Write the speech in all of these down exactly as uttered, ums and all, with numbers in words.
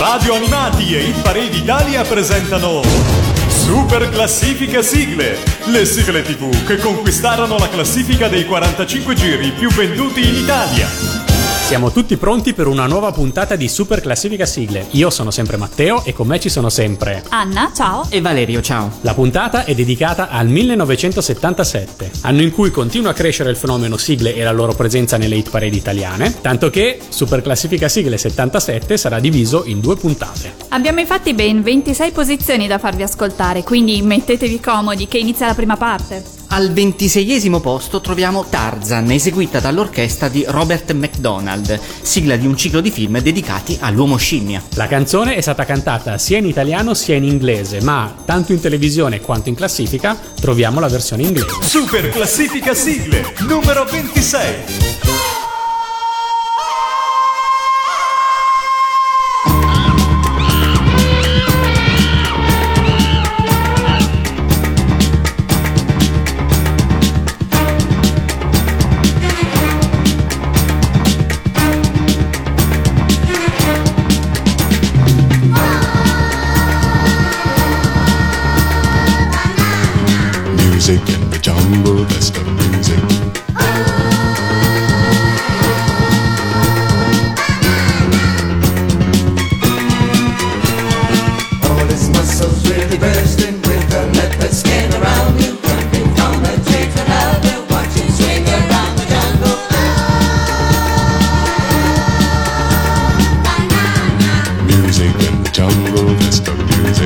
Radio Animati e Hit Parade Italia presentano Super Classifica Sigle, le sigle tivù che conquistarono la classifica dei quarantacinque giri più venduti in Italia. Siamo tutti pronti per una nuova puntata di Super Classifica Sigle. Io sono sempre Matteo e con me ci sono sempre Anna, ciao. E Valerio, ciao. La puntata è dedicata al millenovecentosettantasette, anno in cui continua a crescere il fenomeno sigle e la loro presenza nelle hit parade italiane, tanto che Super Classifica Sigle settantasette sarà diviso in due puntate. Abbiamo infatti ben ventisei posizioni da farvi ascoltare, quindi mettetevi comodi che inizia la prima parte. Al ventiseiesimo posto troviamo Tarzan, eseguita dall'orchestra di Robert McDonald, sigla di un ciclo di film dedicati all'uomo scimmia. La canzone è stata cantata sia in italiano sia in inglese, ma tanto in televisione quanto in classifica troviamo la versione inglese. Super Classifica Sigle numero ventisei. Music in the jungle, best of music. All his muscles really bursting with a leopard skin around him, jumping from a tree to another, watching swing around the jungle. Music in the jungle, best of music.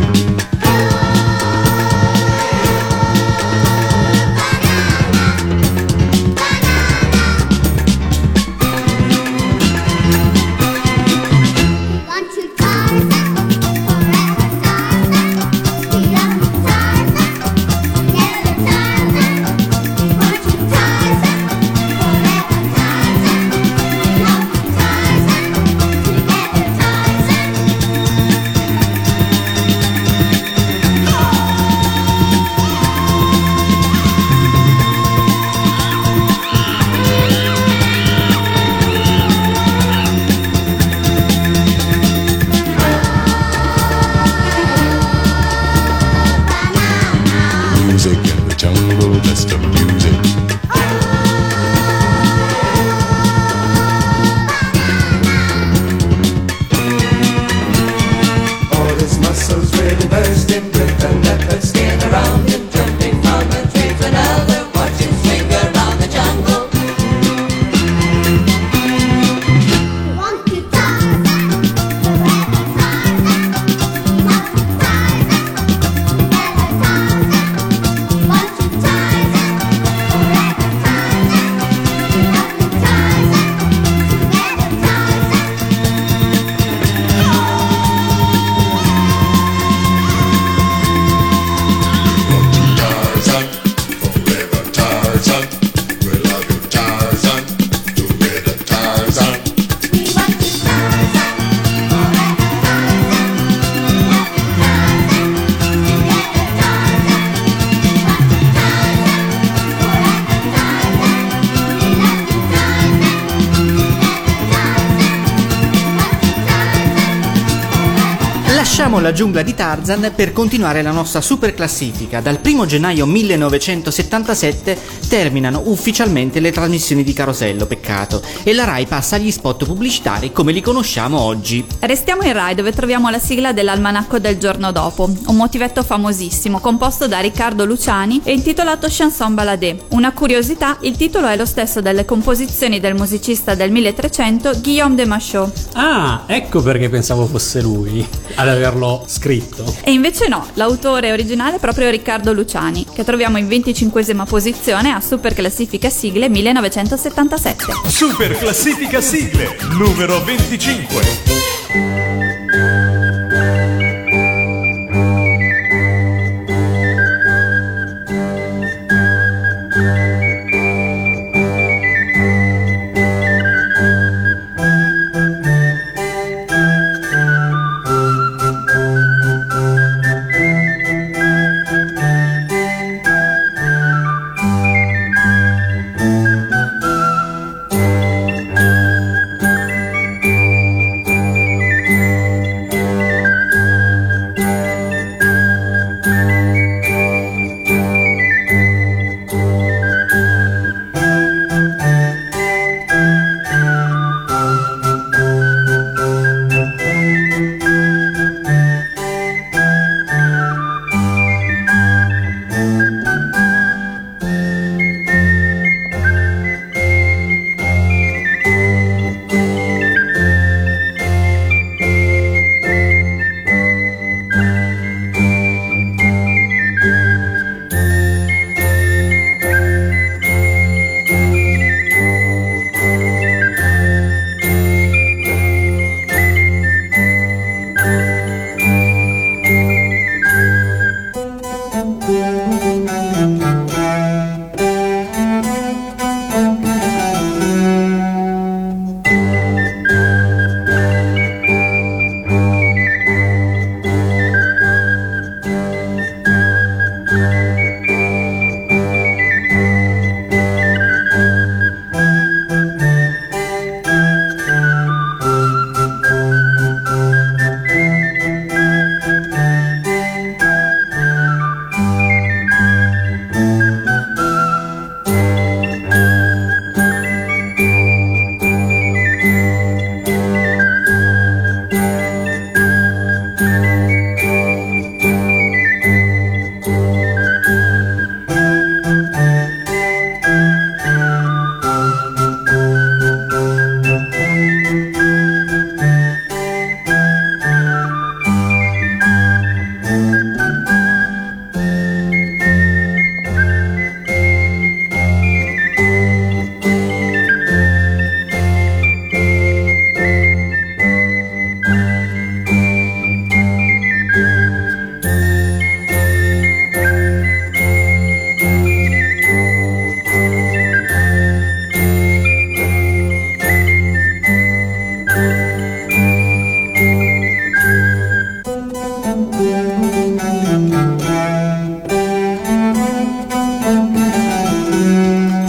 Lasciamo la giungla di Tarzan per continuare la nostra super classifica. Dal primo gennaio millenovecentosettantasette terminano ufficialmente le trasmissioni di Carosello, peccato, e la Rai passa agli spot pubblicitari come li conosciamo oggi. Restiamo in Rai, dove troviamo la sigla dell'Almanacco del giorno dopo, un motivetto famosissimo composto da Riccardo Luciani e intitolato Chanson Baladée. Una curiosità, il titolo è lo stesso delle composizioni del musicista del milletrecento Guillaume de Machaut. Ah, ecco perché pensavo fosse lui ad averlo scritto. E invece no, l'autore originale è proprio Riccardo Luciani, che troviamo in venticinquesima posizione a Super Classifica Sigle millenovecentosettantasette. Super Classifica Sigle numero venticinque.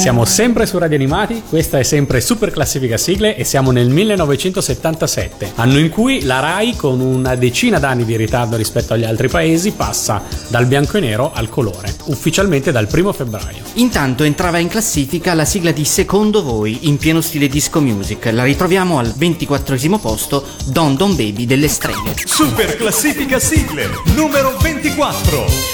Siamo sempre su Radio Animati, questa è sempre Super Classifica Sigle e siamo nel millenovecentosettantasette, anno in cui la Rai, con una decina d'anni di ritardo rispetto agli altri paesi, passa dal bianco e nero al colore, ufficialmente dal primo febbraio. Intanto entrava in classifica la sigla di Secondo Voi, in pieno stile disco music. La ritroviamo al ventiquattresimo posto, Don Don Baby delle Streghe. Super Classifica Sigle, numero ventiquattro.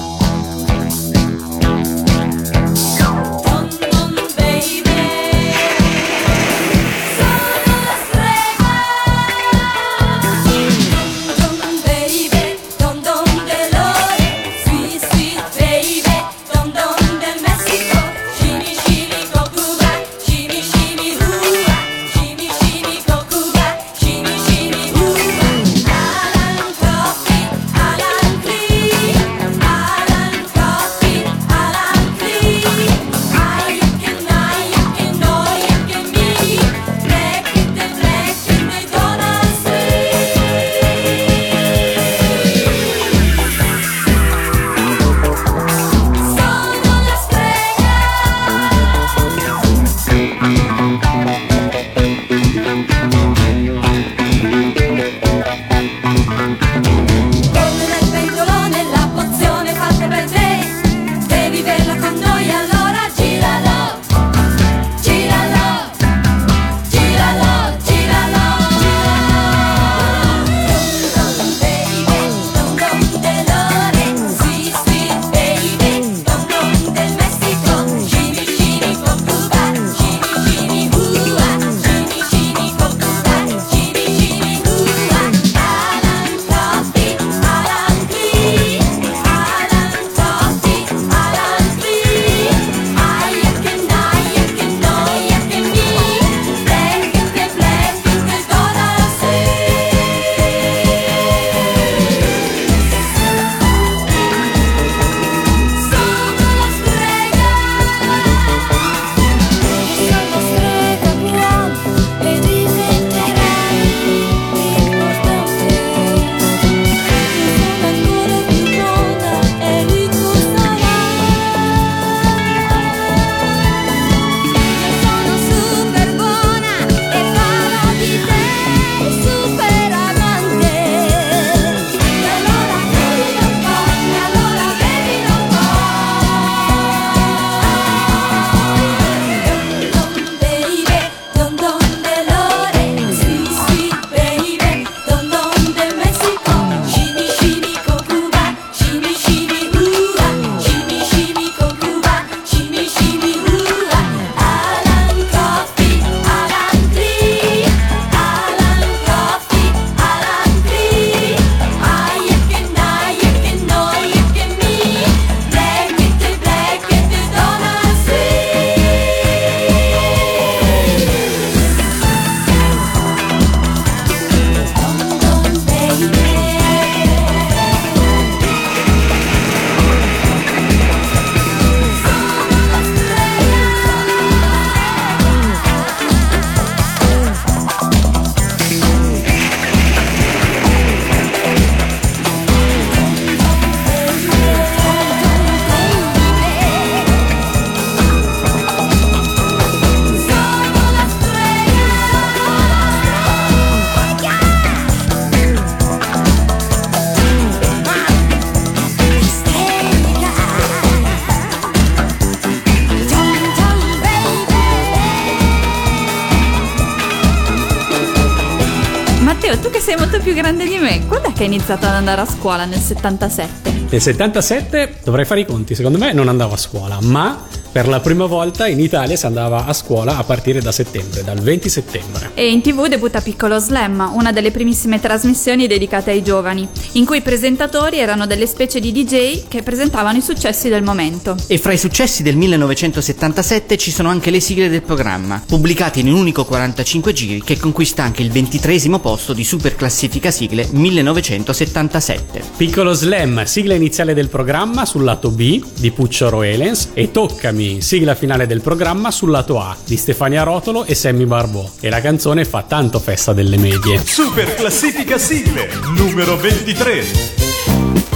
Matteo, tu che sei molto più grande di me, quando è che hai iniziato ad andare a scuola nel settantasette? Nel settantasette dovrei fare i conti, secondo me non andavo a scuola, ma per la prima volta in Italia si andava a scuola a partire da settembre, dal venti settembre. E in tv debutta Piccolo Slam, una delle primissime trasmissioni dedicate ai giovani, in cui i presentatori erano delle specie di D J che presentavano i successi del momento. E fra i successi del millenovecentosettantasette ci sono anche le sigle del programma, pubblicate in un unico quarantacinque giri che conquista anche il ventitreesimo posto di Super Classifica Sigle millenovecentosettantasette. Piccolo Slam, sigla iniziale del programma sul lato B di Puccio Roelens, e Toccami, sigla finale del programma sul lato A di Stefania Rotolo e Sammy Barbò. E la canzone fa tanto festa delle medie. Super Classifica Sigle numero ventitré.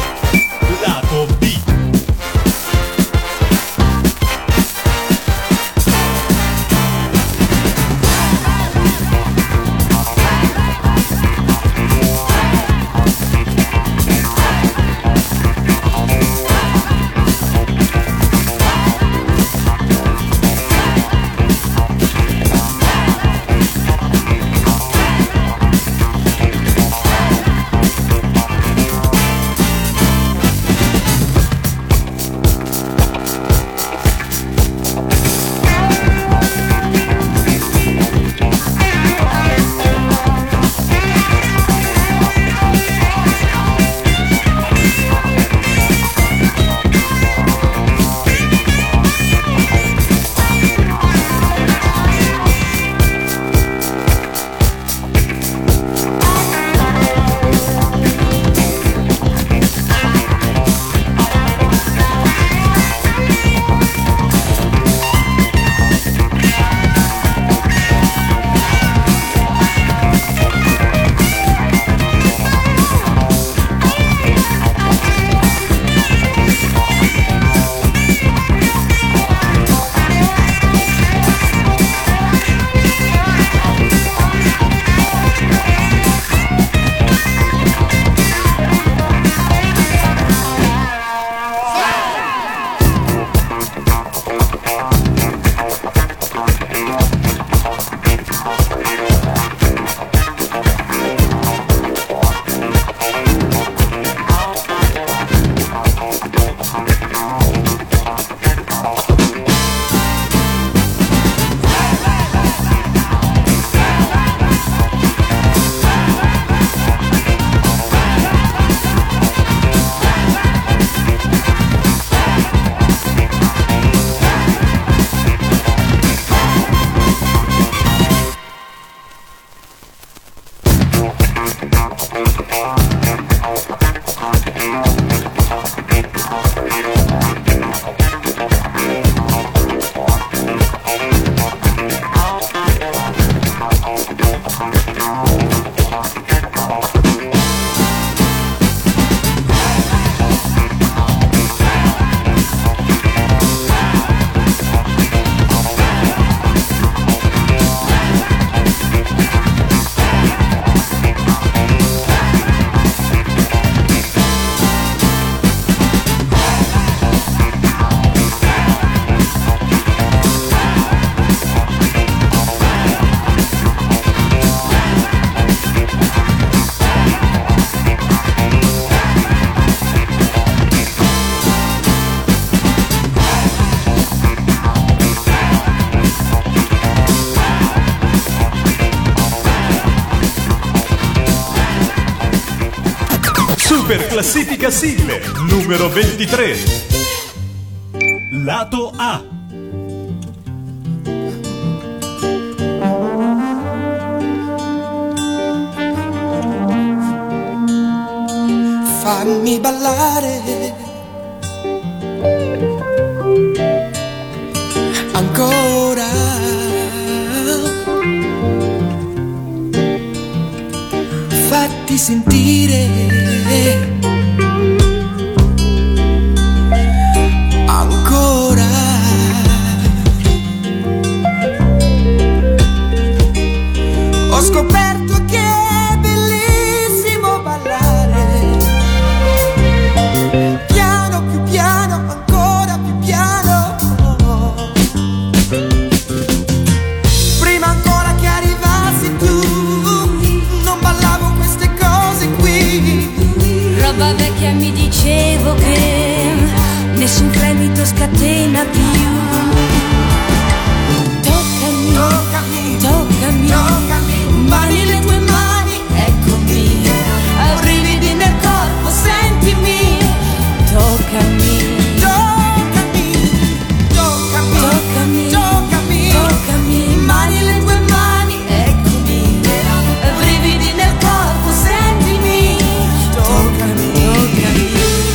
Lato B. Super classifica sigle numero ventitré. Lato A. Fammi ballare ancora, fatti sentire ancora, ho scoperto che è bellissimo ballare piano, più piano, ancora più piano, prima ancora che arrivassi tu non ballavo queste cose qui. Roba vecchia, mi dicevo che nessun fremito scatena più. Toccami, Toccami, toccami, toccami, mani le tue mani, eccomi, ho brividi nel corpo, sentimi. Toccami, toccami, toccami, toccami, toccami, toccami, mani le tue mani, eccomi, ho brividi nel corpo, sentimi. Toccami, toccami.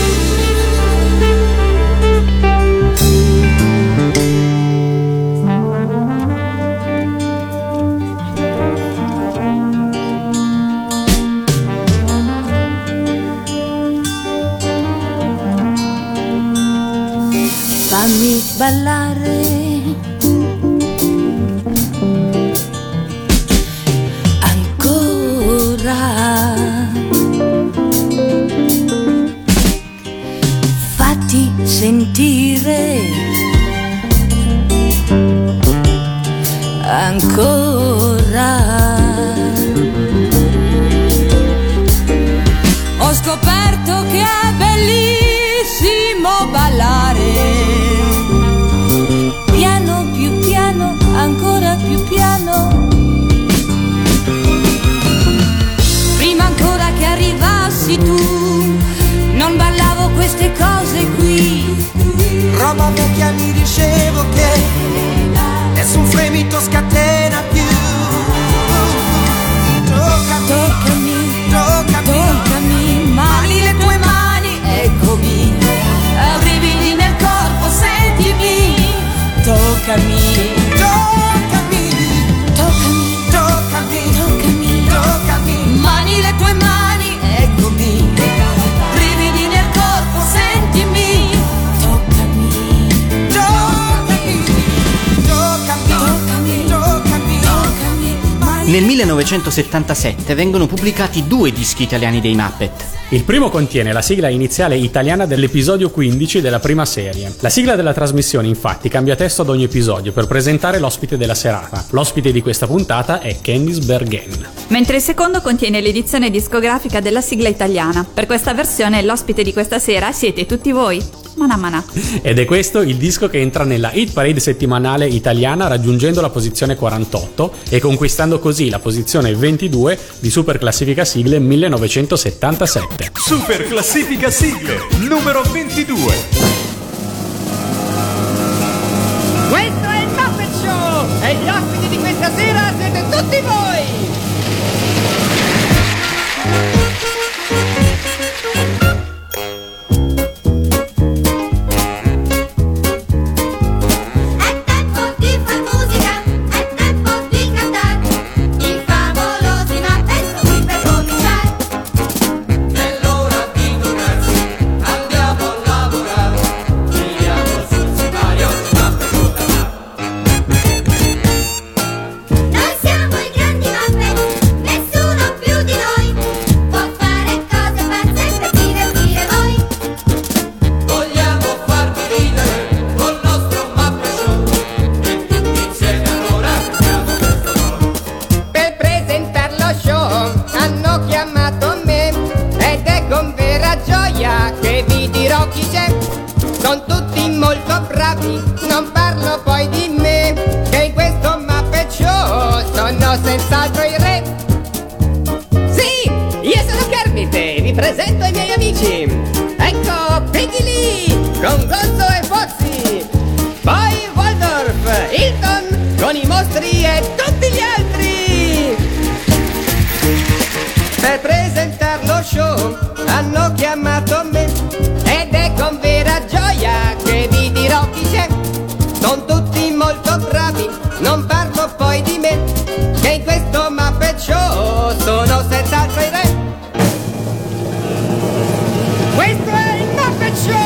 Fammi ballare ancora, fatti sentire ancora, ho scoperto che è bellissimo ballare piano, più piano, ancora più piano, prima ancora che arrivassi tu non ballavo queste cose qui. roba vecchia, mi dicevo che nessun fremito scatena più. Toccami, Toccami, toccami, toccami, mani le tue mani, eccomi, ho brividi nel corpo, sentimi. Toccami, toccami, toccami, toccami, toccami, toccami, mani le tue mani, eccomi, brividi nel corpo, sentimi. Toccami, toccami, toccami, toccami, toccami, mani. Nel millenovecentosettantasette vengono pubblicati due dischi italiani dei Muppet. Il primo contiene la sigla iniziale italiana dell'episodio quindici della prima serie. La sigla della trasmissione infatti cambia testo ad ogni episodio per presentare l'ospite della serata. L'ospite di questa puntata è Candice Bergen. Mentre il secondo contiene l'edizione discografica della sigla italiana. Per questa versione l'ospite di questa sera siete tutti voi. Manà manà. Ed è questo il disco che entra nella hit parade settimanale italiana raggiungendo la posizione quarantotto e conquistando così la posizione ventidue di Super Classifica Sigle millenovecentosettantasette. Super classifica sigle numero ventidue. Questo è il Muppet Show e gli ospiti di questa sera siete tutti voi! presento i miei amici. Ecco Peggy Lee con Gonzo e Fozzi, poi Waldorf, Hilton con i mostri e tutti gli altri. Per presentare lo show hanno chiamato me ed è con vera gioia che vi dirò chi c'è. Sono tutti molto bravi, non parlo poi di me, che in questo Muppet Show sono senz'altro i re. Questo è il Muppet Show!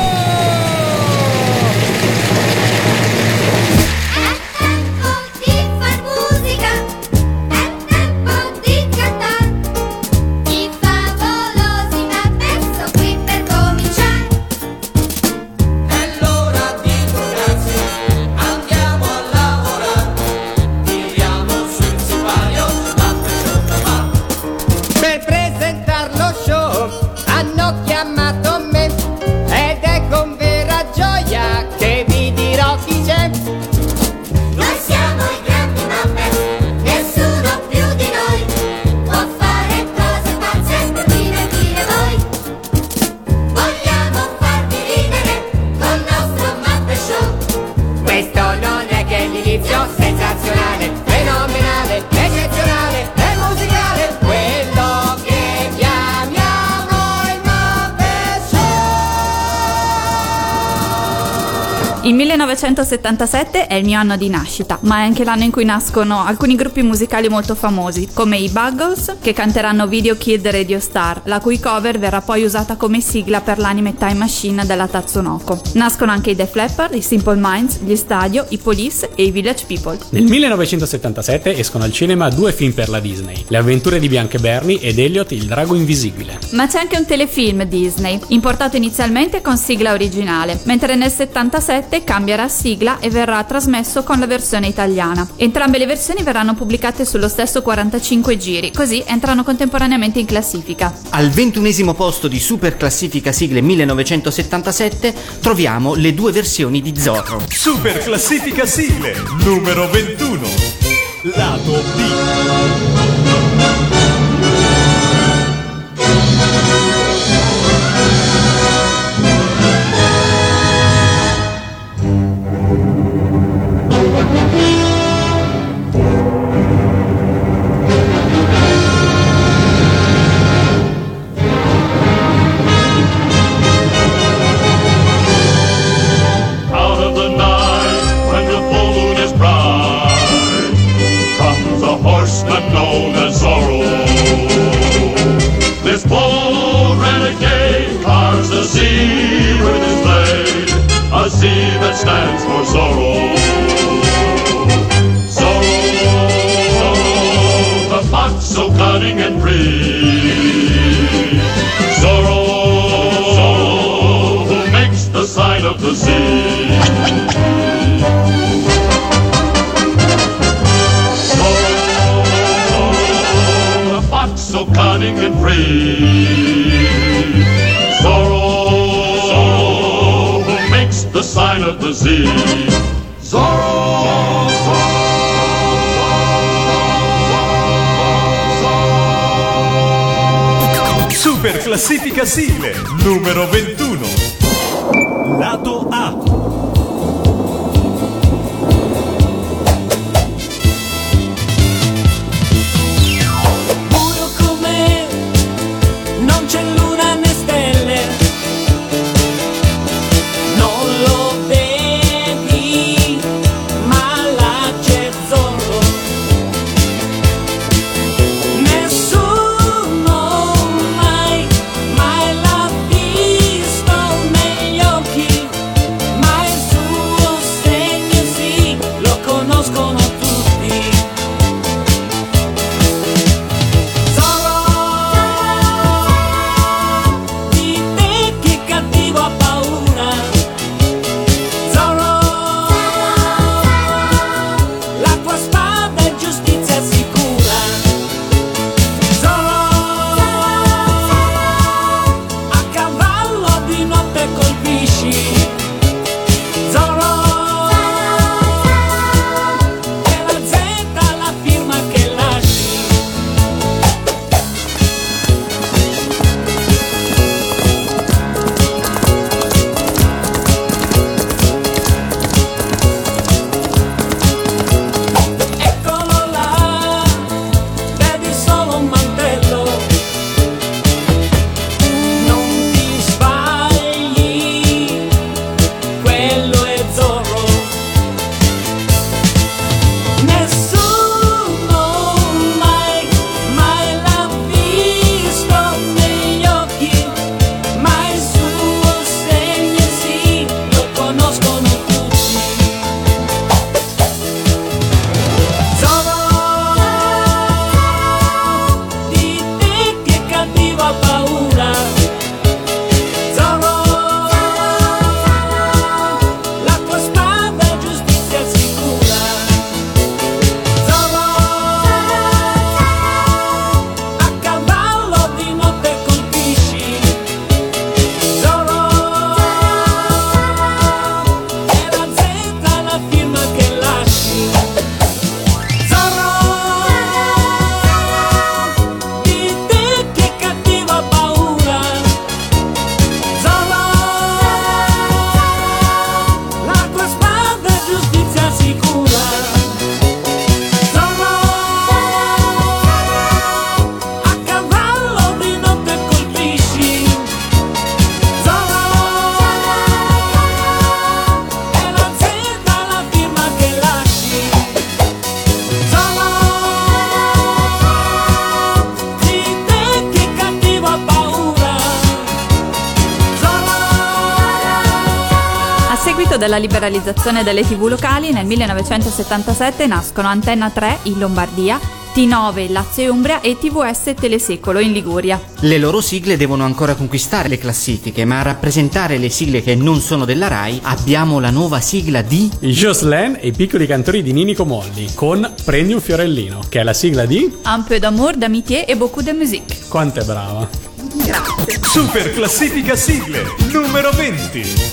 È tempo di far musica, è tempo di cantare. I favolosi Muppet sono qui per cominciare. È l'ora di curarsi, andiamo a lavorare. Tiriamo sul sipario, Muppet Show da fare. Per presentare lo show hanno chiamato me ed è con vera gioia che vi dirò chi c'è. Noi siamo i grandi Muppet, nessuno più di noi può fare cose pazze per divertire voi. Vogliamo farvi ridere col nostro Muppet Show. Questo non è che l'inizio sensazionale, fenomenale, eccezionale e musicale, quello che chiamiamo il Muppet Show. Il millenovecentosettantasette è il mio anno di nascita, ma è anche l'anno in cui nascono alcuni gruppi musicali molto famosi, come i Buggles, che canteranno Video Kid Radio Star, la cui cover verrà poi usata come sigla per l'anime Time Machine della Tatsunoko. Nascono anche i Def Leppard, i Simple Minds, gli Stadio, i Police e i Village People. Nel millenovecentosettantasette escono al cinema due film per la Disney, Le avventure di Bianca e Bernie ed Elliot il drago invisibile. Ma c'è anche un telefilm Disney, importato inizialmente con sigla originale, mentre nel settantasette cambierà sigla e verrà trasmesso con la versione italiana. Entrambe le versioni verranno pubblicate sullo stesso quarantacinque giri, così entrano contemporaneamente in classifica. Al ventunesimo posto di Super Classifica Sigle millenovecentosettantasette troviamo le due versioni di Zorro. Super classifica sigle numero ventuno. Lato B. Out of the night, when the full moon is bright, comes a horseman known as Zorro. This bold renegade carves a Z with his blade, a Z that stands for Zorro. Zorro, Zorro, the fox so cunning and free. Zorro, Zorro, who makes the sign of the Z. Zorro, the fox so cunning and free. Zorro, Zorro, who makes the sign of the Z. Zorro, Super classifica sigle numero ventuno. Lato A. Buio come non c'è luna né stelle, non lo vedi, ma là c'è Zorro. Nessuno mai, mai l'ha visto negli occhi, ma seguito della liberalizzazione delle tivù locali, nel millenovecentosettantasette nascono Antenna tre in Lombardia, T nove in Lazio e Umbria e T V S Telesecolo in Liguria. Le loro sigle devono ancora conquistare le classifiche, ma a rappresentare le sigle che non sono della Rai abbiamo la nuova sigla di Jocelyn e i piccoli cantori di Ninico Molli con Prendi un fiorellino, che è la sigla di Un peu d'amour, d'amitié et beaucoup de musique. Quanto è brava. Super classifica sigle numero venti.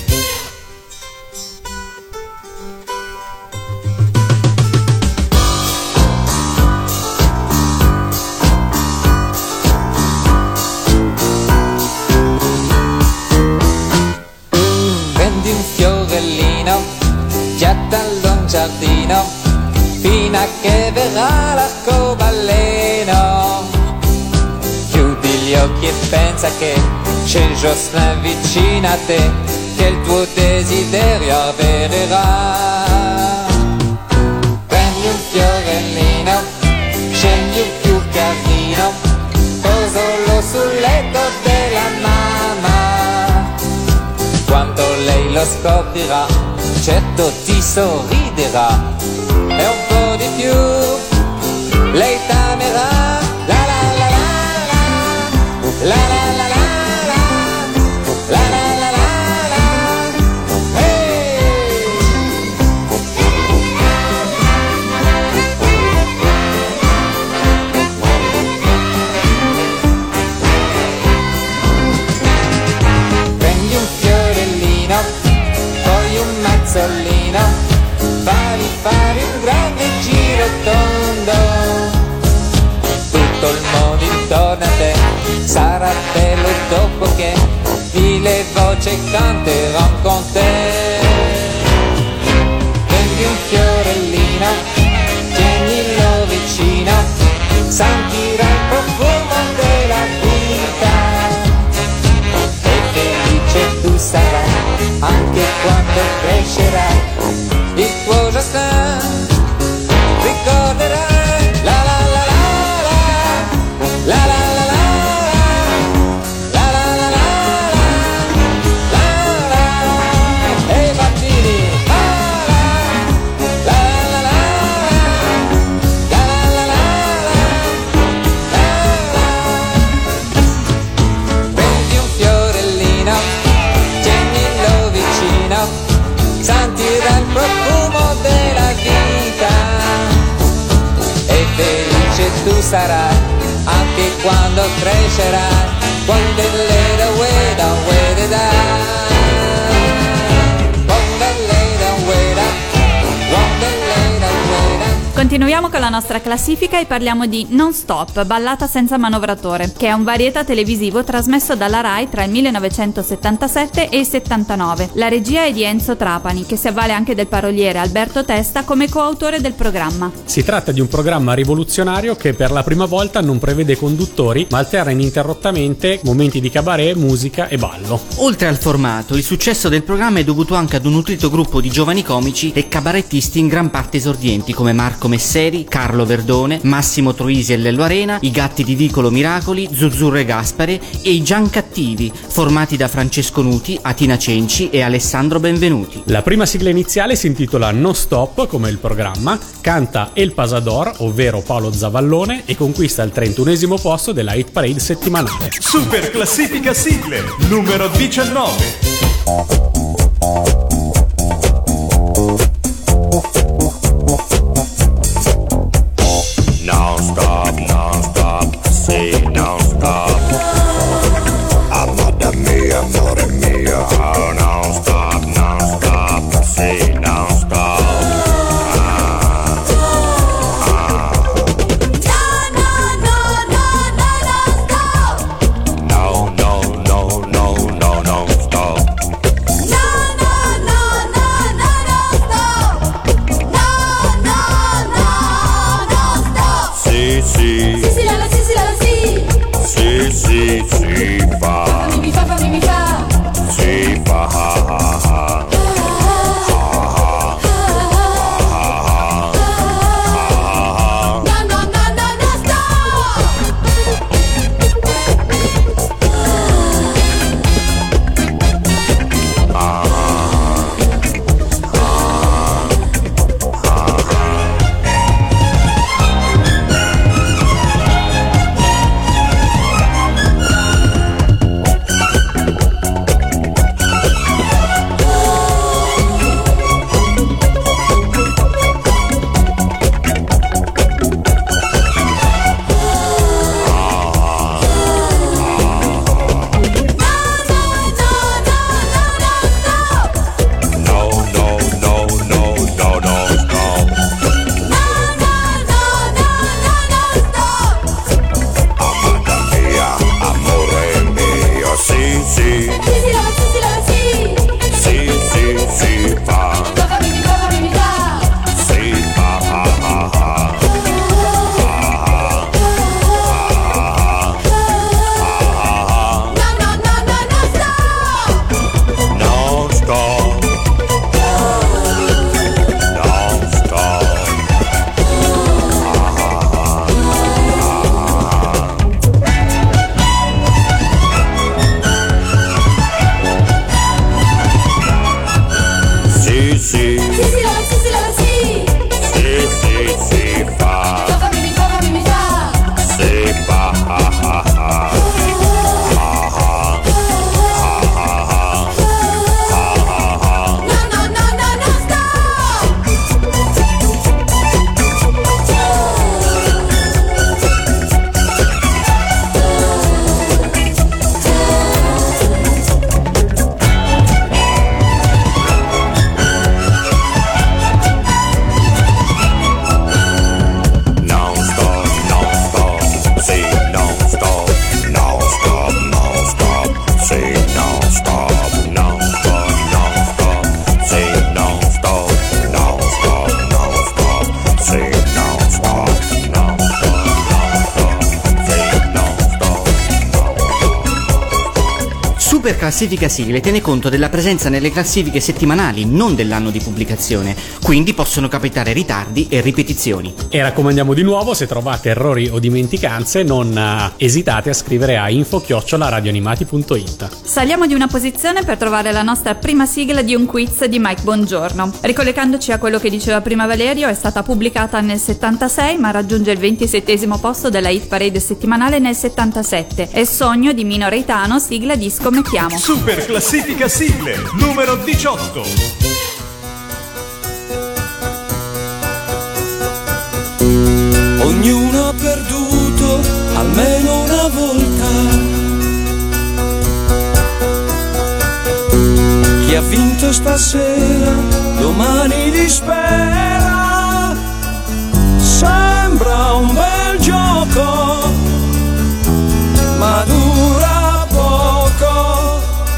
Prendi un fiorellino, gettalo in giardino, fino a che verrà l'arcobaleno. Chiudi gli occhi e pensa che c'è Jocelyn vicino a te, che il tuo desiderio avvererà. Prendi un fiorellino, scegli un più carino, posalo sul letto della mamma. Quando lei lo scoprirà, certo ti sorriderà, e un po' di più lei t'amerà. La la la la la, la la la la la, la la la la la, hey! Prendi un fiorellino, poi un mazzolino, fai fare un grande giro tondo. Tutto il mondo intorno a te sarà bello dopo che mille voci canteranno con te. Prendi un fiorellino, tienilo vicino, sentirà il profumo della vita, e felice tu sarai anche quando crescerai. Il tuo Jocelyn ricorderai. La la la la la, la la la la la, la la la la la, la la. Ehi bambini, la la la la la, la la la la la, la. Prendi un fiorellino, tienilo vicino, sentirà il profumo della vita, e felice tu sarai anche quando crescerai. One little way down, way to die. One little way down, one little way down. Continuiamo con la nostra classifica e parliamo di Non Stop, ballata senza manovratore, che è un varietà televisivo trasmesso dalla Rai tra il millenovecentosettantasette e il settantanove. La regia è di Enzo Trapani, che si avvale anche del paroliere Alberto Testa come coautore del programma. Si tratta di un programma rivoluzionario che per la prima volta non prevede conduttori, ma alterna ininterrottamente momenti di cabaret, musica e ballo. Oltre al formato, il successo del programma è dovuto anche ad un nutrito gruppo di giovani comici e cabarettisti in gran parte esordienti come Marco Messeri, Carlo Verdone, Massimo Troisi e Lello Arena, i Gatti di Vicolo Miracoli, Zuzzurro e Gaspare e i Giancattivi, formati da Francesco Nuti, Atina Cenci e Alessandro Benvenuti. La prima sigla iniziale si intitola Non Stop, come il programma, canta El Pasador, ovvero Paolo Zavallone, e conquista il trentunesimo posto della hit parade settimanale. Super classifica sigle numero diciannove. Non stop, non stop, sì, non stop. Amata mia, amore mio. Oh, non stop, non stop, sì, non stop. Ah, ah. No, no, no, no, no, non stop. Sì, sì. Sì, sì, la, la, sì, sì, la, la, sì. Sì, sì, sì, fa. Fammi mi fa, fammi mi fa. Sì, fa, ha, ha, ha. No, no, no, no, no, stop. Super Classifica Sigle tiene conto della presenza nelle classifiche settimanali, non dell'anno di pubblicazione, quindi possono capitare ritardi e ripetizioni. E raccomandiamo di nuovo, se trovate errori o dimenticanze, non uh, esitate a scrivere a info chiocciola radioanimati punto it. Saliamo di una posizione per trovare la nostra prima sigla di un quiz di Mike Bongiorno. Ricollegandoci a quello che diceva prima Valerio, è stata pubblicata nel settantasei ma raggiunge il ventisettesimo posto della hit parade settimanale nel settantasette. È Sogno di Mino Reitano, sigla disco Me Chiamo. Super Classifica Sigle, numero diciotto. Ognuno ha perduto almeno una volta. Chi ha vinto stasera, domani dispera. Sembra un bel gioco, ma dura poco.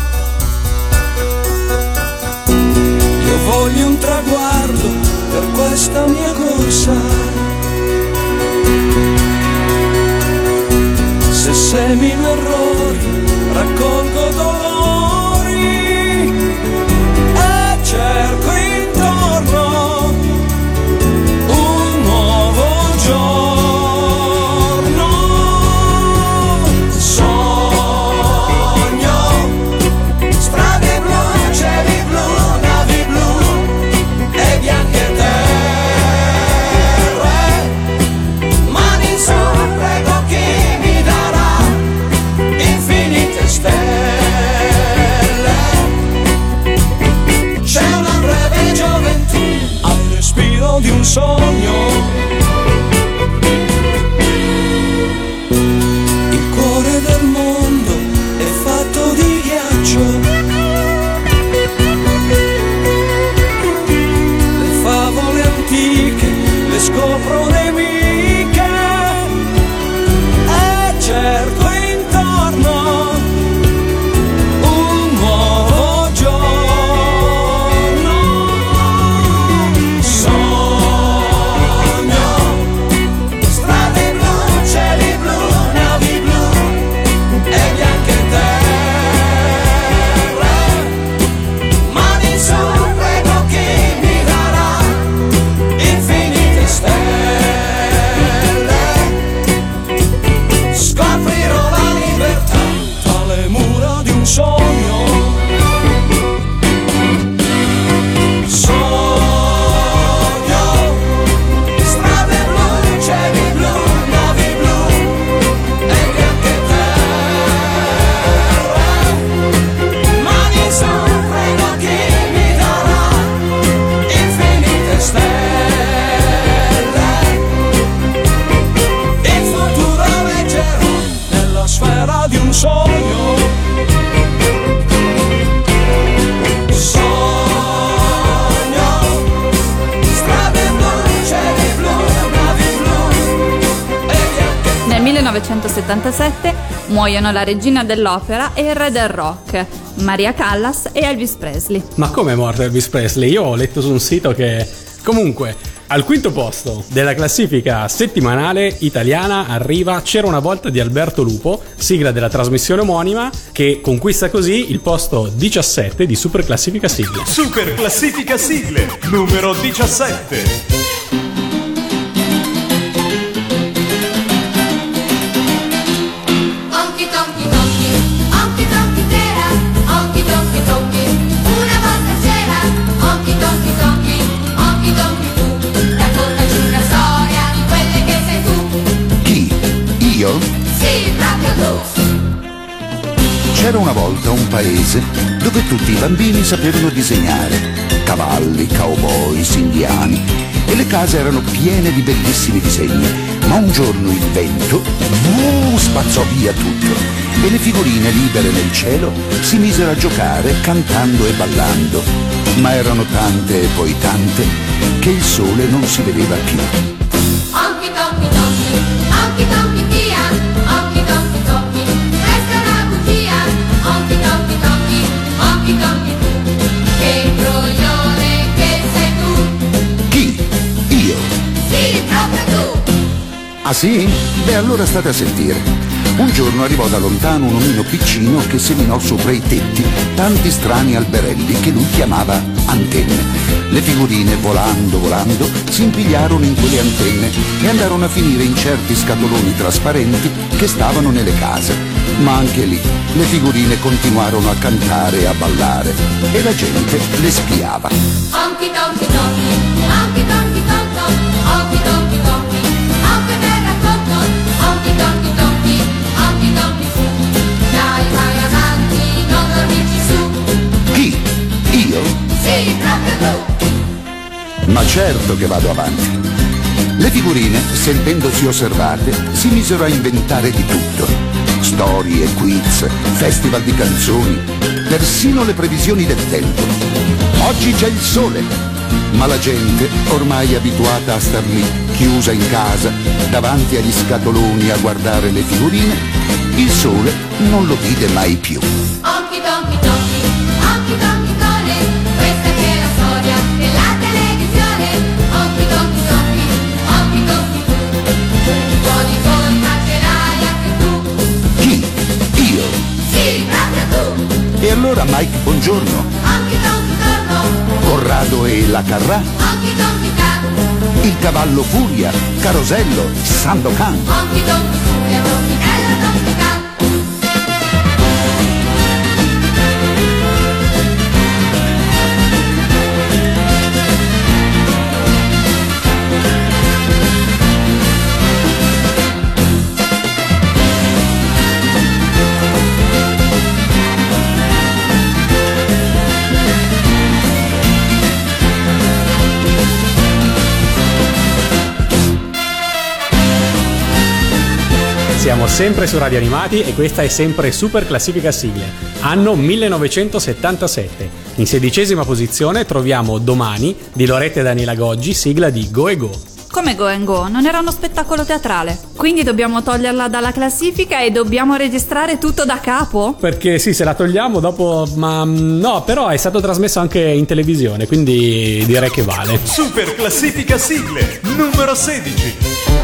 Io voglio un traguardo per questa mia corsa. Se semino errori, raccolgo dolori e cerco intorno un nuovo giorno. Sogno strade blu, cieli blu, navi blu e bianche terre. Mani in su, prego chi mi darà infinite stelle. C'è una breve gioventù al respiro di un sogno. Il cuore del mondo è fatto di ghiaccio. Le favole antiche le scopro nemiche e cerco intorno un nuovo giorno. Sogno strade blu, cieli blu, navi blu e bianche terre. Mani in su, prego chi mi darà infinite stelle. Scoprirò la libertà tra le mura di un sogno. Sogno strade blu, cieli blu, navi blu e bianche terre. Mani in su, prego chi mi darà infinite stelle. Il futuro leggerò nella sfera di un sogno. Sogno strade blu, cieli blu, navi blu e bianche. Nel millenovecentosettantasette muoiono la regina dell'opera e il re del rock, Maria Callas e Elvis Presley. Ma come è morto Elvis Presley? Io ho letto su un sito che... Comunque, al quinto posto della classifica settimanale italiana arriva C'era una volta di Alberto Lupo, sigla della trasmissione omonima, che conquista così il posto diciassette di Super Classifica Sigle. Super Classifica Sigle, numero diciassette. Onky tonky tonky, onky tonky tera, onky tonky tonky. Una volta c'era onky tonky tonky, onky tonky tu. Raccontaci una storia di quelle che sei tu. Chi? Io? Sì, proprio tu. C'era una volta un paese dove tutti i bambini sapevano disegnare. Cavalli, cowboys, indiani. E le case erano piene di bellissimi disegni. Ma un giorno il vento uh, spazzò via tutto. E le figurine libere nel cielo si misero a giocare cantando e ballando. Ma erano tante e poi tante che il sole non si vedeva più. Onky tonky tonky, onky tonky via, onky tonky tonky. Questa è una bugia, onky tonky tonky, onky tonky tu. Che imbroglione che sei tu. Chi? Io? Sì, proprio tu. Ah sì? Beh, allora state a sentire. Un giorno arrivò da lontano un omino piccino che seminò sopra i tetti tanti strani alberelli che lui chiamava antenne. Le figurine, volando, volando, si impigliarono in quelle antenne e andarono a finire in certi scatoloni trasparenti che stavano nelle case. Ma anche lì le figurine continuarono a cantare e a ballare e la gente le spiava. Honky tonky tonky, honky tonky tonto, honky tonky tonky, honky te racconto, honky tonky tonky, honky tonky fu. Dai, vai avanti, non dormirci su. Chi? Io? Sì, proprio tu. Ma certo che vado avanti. Le figurine, sentendosi osservate, si misero a inventare di tutto. Storie, quiz, festival di canzoni, persino le previsioni del tempo. Oggi c'è il sole, ma la gente, ormai abituata a star lì, chiusa in casa, davanti agli scatoloni a guardare le figurine, il sole non lo vide mai più. Honky tonky tonky, honky tonky tone, questa che è la storia della televisione. Honky tonky tonky, honky tonky tu, un po' di colpa ce l'hai anche tu. Chi? Io? Sì, proprio tu. E allora Mike Bongiorno? Honky tonky torno, Corrado e la Carrà? honky tonky can, Il cavallo Furia? Carosello? Sandokan? honky tonky furia, Rocchitello tonky can. Siamo sempre su Radio Animati e questa è sempre Super Classifica Sigle, anno millenovecentosettantasette. In sedicesima posizione troviamo Domani di Loretta e Daniela Goggi, sigla di Go e Go. Come Go and Go? Non era uno spettacolo teatrale? Quindi dobbiamo toglierla dalla classifica e dobbiamo registrare tutto da capo? Perché sì, se la togliamo dopo, ma no, però è stato trasmesso anche in televisione, quindi direi che vale. Super Classifica Sigle, numero sedici.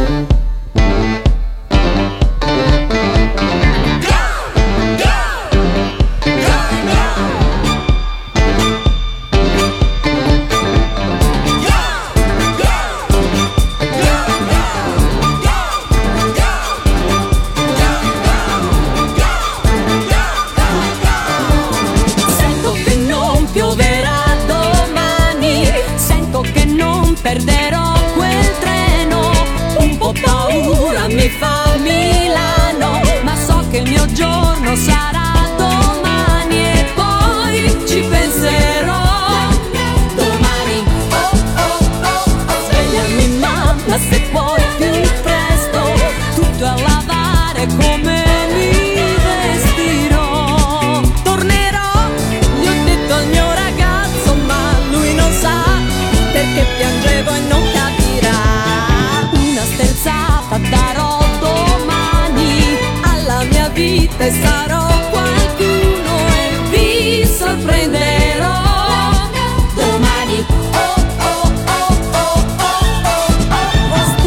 Sento che non pioverà domani, sento che non perderò quel treno. Un po' paura mi fa Milano, ma so che il mio giorno sarà domani e poi ci penserò. Domani, oh oh oh oh, svegliami mamma se puoi più presto, tutto a lavare come mi vestirò. Tornerò, gli ho detto al mio ragazzo, ma lui non sa perché piangevo e non capirà. Una sterzata darò domani alla mia vita e sarò qualcuno e vi sorprenderò. Domani, oh oh oh oh oh oh oh,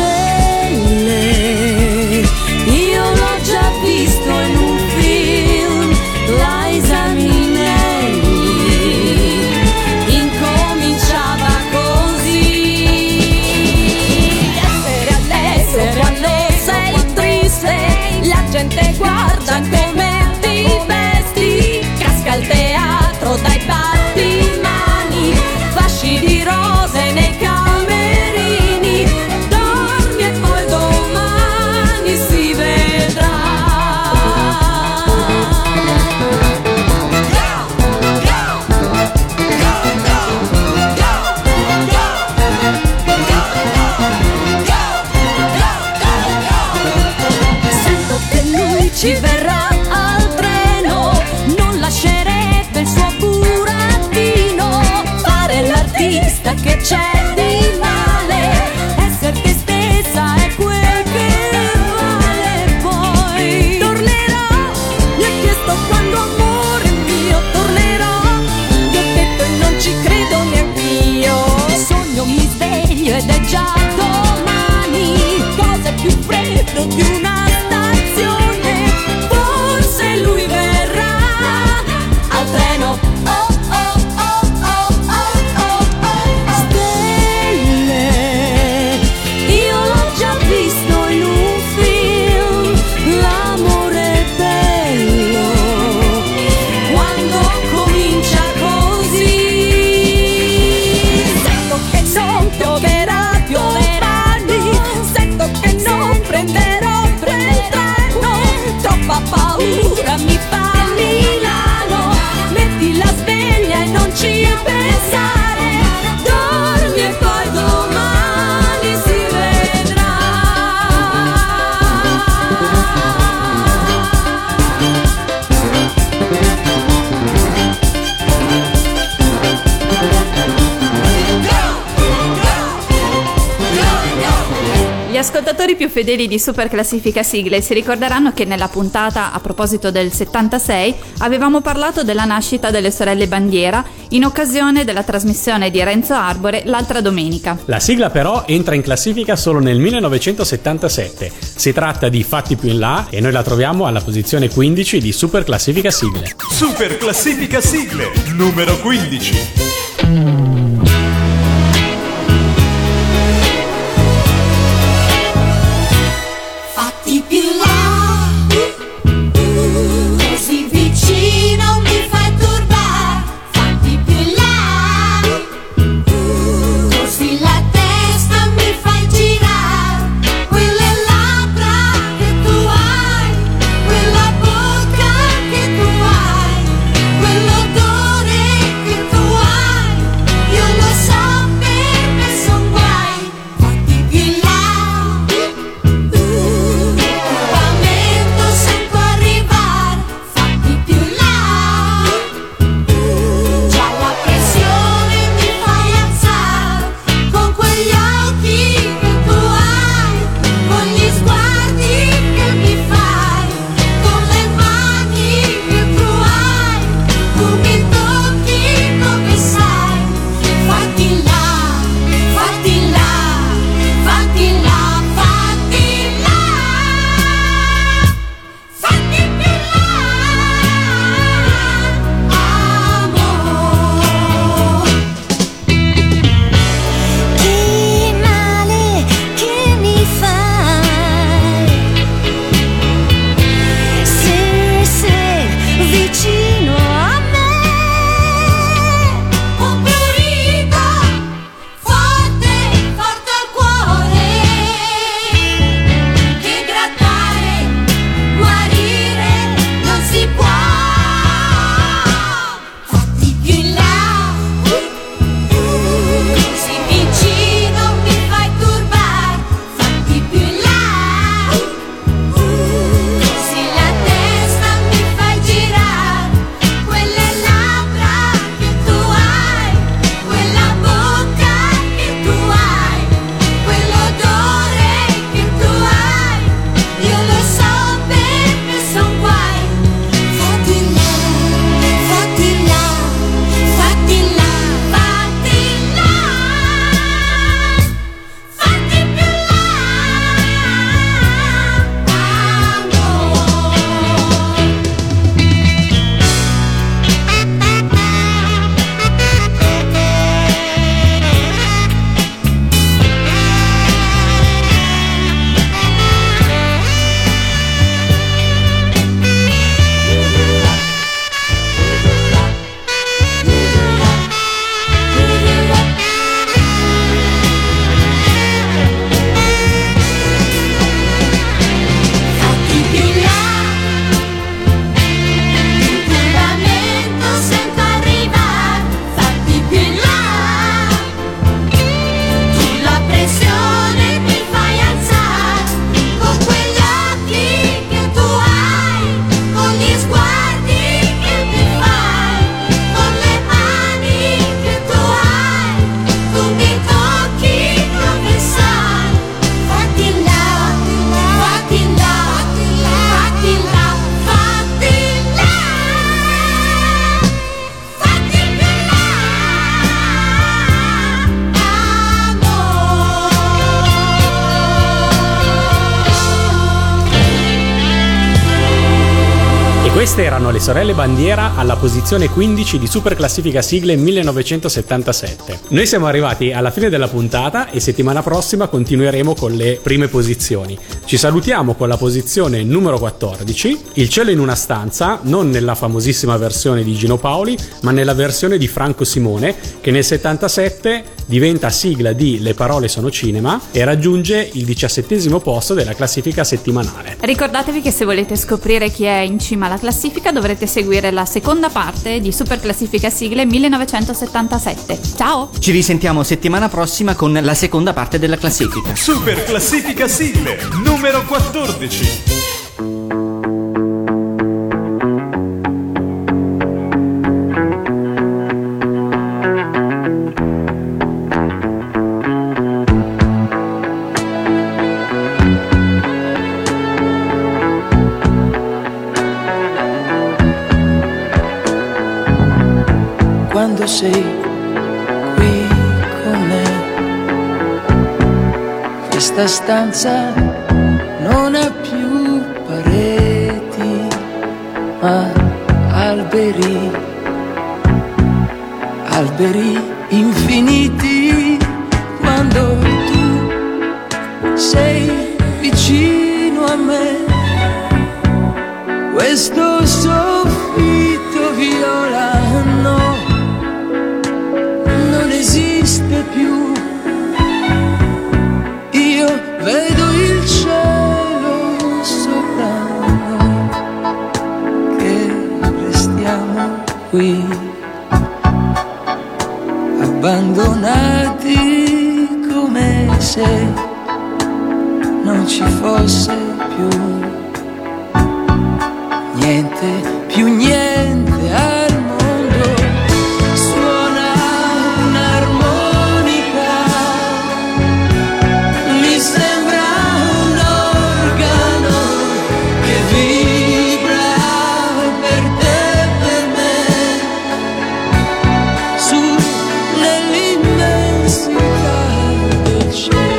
ascoltatori più fedeli di Super Classifica Sigle si ricorderanno che nella puntata a proposito del settantasei avevamo parlato della nascita delle sorelle Bandiera in occasione della trasmissione di Renzo Arbore l'altra domenica. La sigla però entra in classifica solo nel millenovecentosettantasette. Si tratta di Fatti più in là e noi la troviamo alla posizione quindici di Super Classifica Sigle. Super Classifica Sigle, numero quindici. Fatti più là, così vicino mi fai turbar. Fatti più là, così la testa mi fai girare. Quelle labbra che tu hai, quella bocca che tu hai, quell'odore che tu hai, io lo so per me son guai. Fatti più là. Turbamento sento arrivar, fatti più là. Già la pressione mi fai alzare, con quegli occhi che tu hai, con gli sguardi che mi fai, con le mani che tu hai, tu mi tocchi come sai. Fatti là, fatti là, fatti là, fatti là. Fatti più là, amore. Che male che mi fai, se sei vicino a me. Un prurito forte, forte al cuore, che grattare, guarire non si può. Fatti più in là, così vicino mi fai turbar. Fatti più in là, così la testa mi fai girare. Quelle labbra che tu hai, quella bocca che tu hai, quell'odore che tu hai, io lo so per me son guai. Fatti là, fatti là, fatti là, fatti là. Fatti più là, fatti più là. Il turbamento sento arrivar, fatti più in là. Tu la pressione mi fai alzare, con quegli occhi che tu hai, con gli sguardi che mi fai, con le mani che tu hai, tu mi tocchi come sai. Fatti là, fatti là, fatti là, fatti là. Fatti più là, E queste erano le sorelle Bandiera alla posizione quindici di Super Classifica Sigle millenovecentosettantasette. Noi siamo arrivati alla fine della puntata e settimana prossima continueremo con le prime posizioni. Ci salutiamo con la posizione numero quattordici, Il cielo in una stanza, non nella famosissima versione di Gino Paoli, ma nella versione di Franco Simone, che nel settantasette diventa sigla di Le parole sono cinema e raggiunge il diciassettesimo posto della classifica settimanale. Ricordatevi che se volete scoprire chi è in cima alla classifica dovrete seguire la seconda parte di Super Classifica Sigle millenovecentosettantasette. Ciao! Ci risentiamo settimana prossima con la seconda parte della classifica. Super Classifica Sigle, numero quattordici. quando sei qui con me. Questa stanza non ha più pareti, ma alberi, alberi infiniti. Quando tu sei vicino a me, questo soffitto viola no, non esiste più. Io vedo il cielo sopra noi, che restiamo qui, abbandonati come se non ci fosse più niente, più niente al mondo. Suona un'armonica, mi sembra un organo che vibra per te e per me, su nell'immensità del cielo.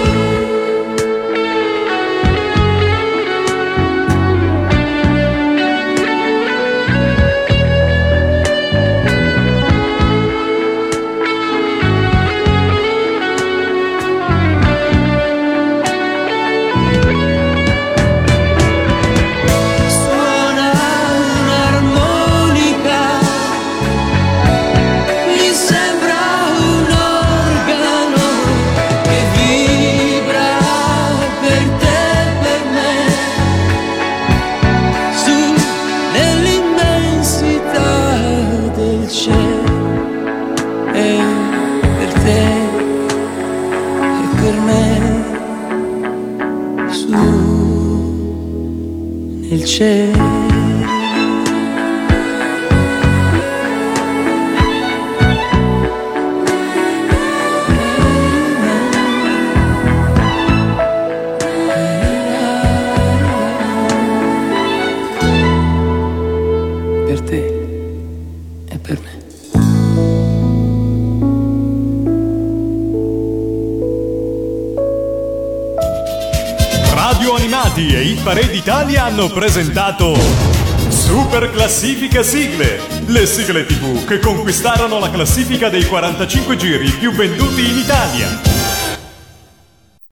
Il cielo. Per te e per me. Radio Animati e Hit Parade Italia hanno presentato Super Classifica Sigle, le sigle tivù che conquistarono la classifica dei quarantacinque giri più venduti in Italia.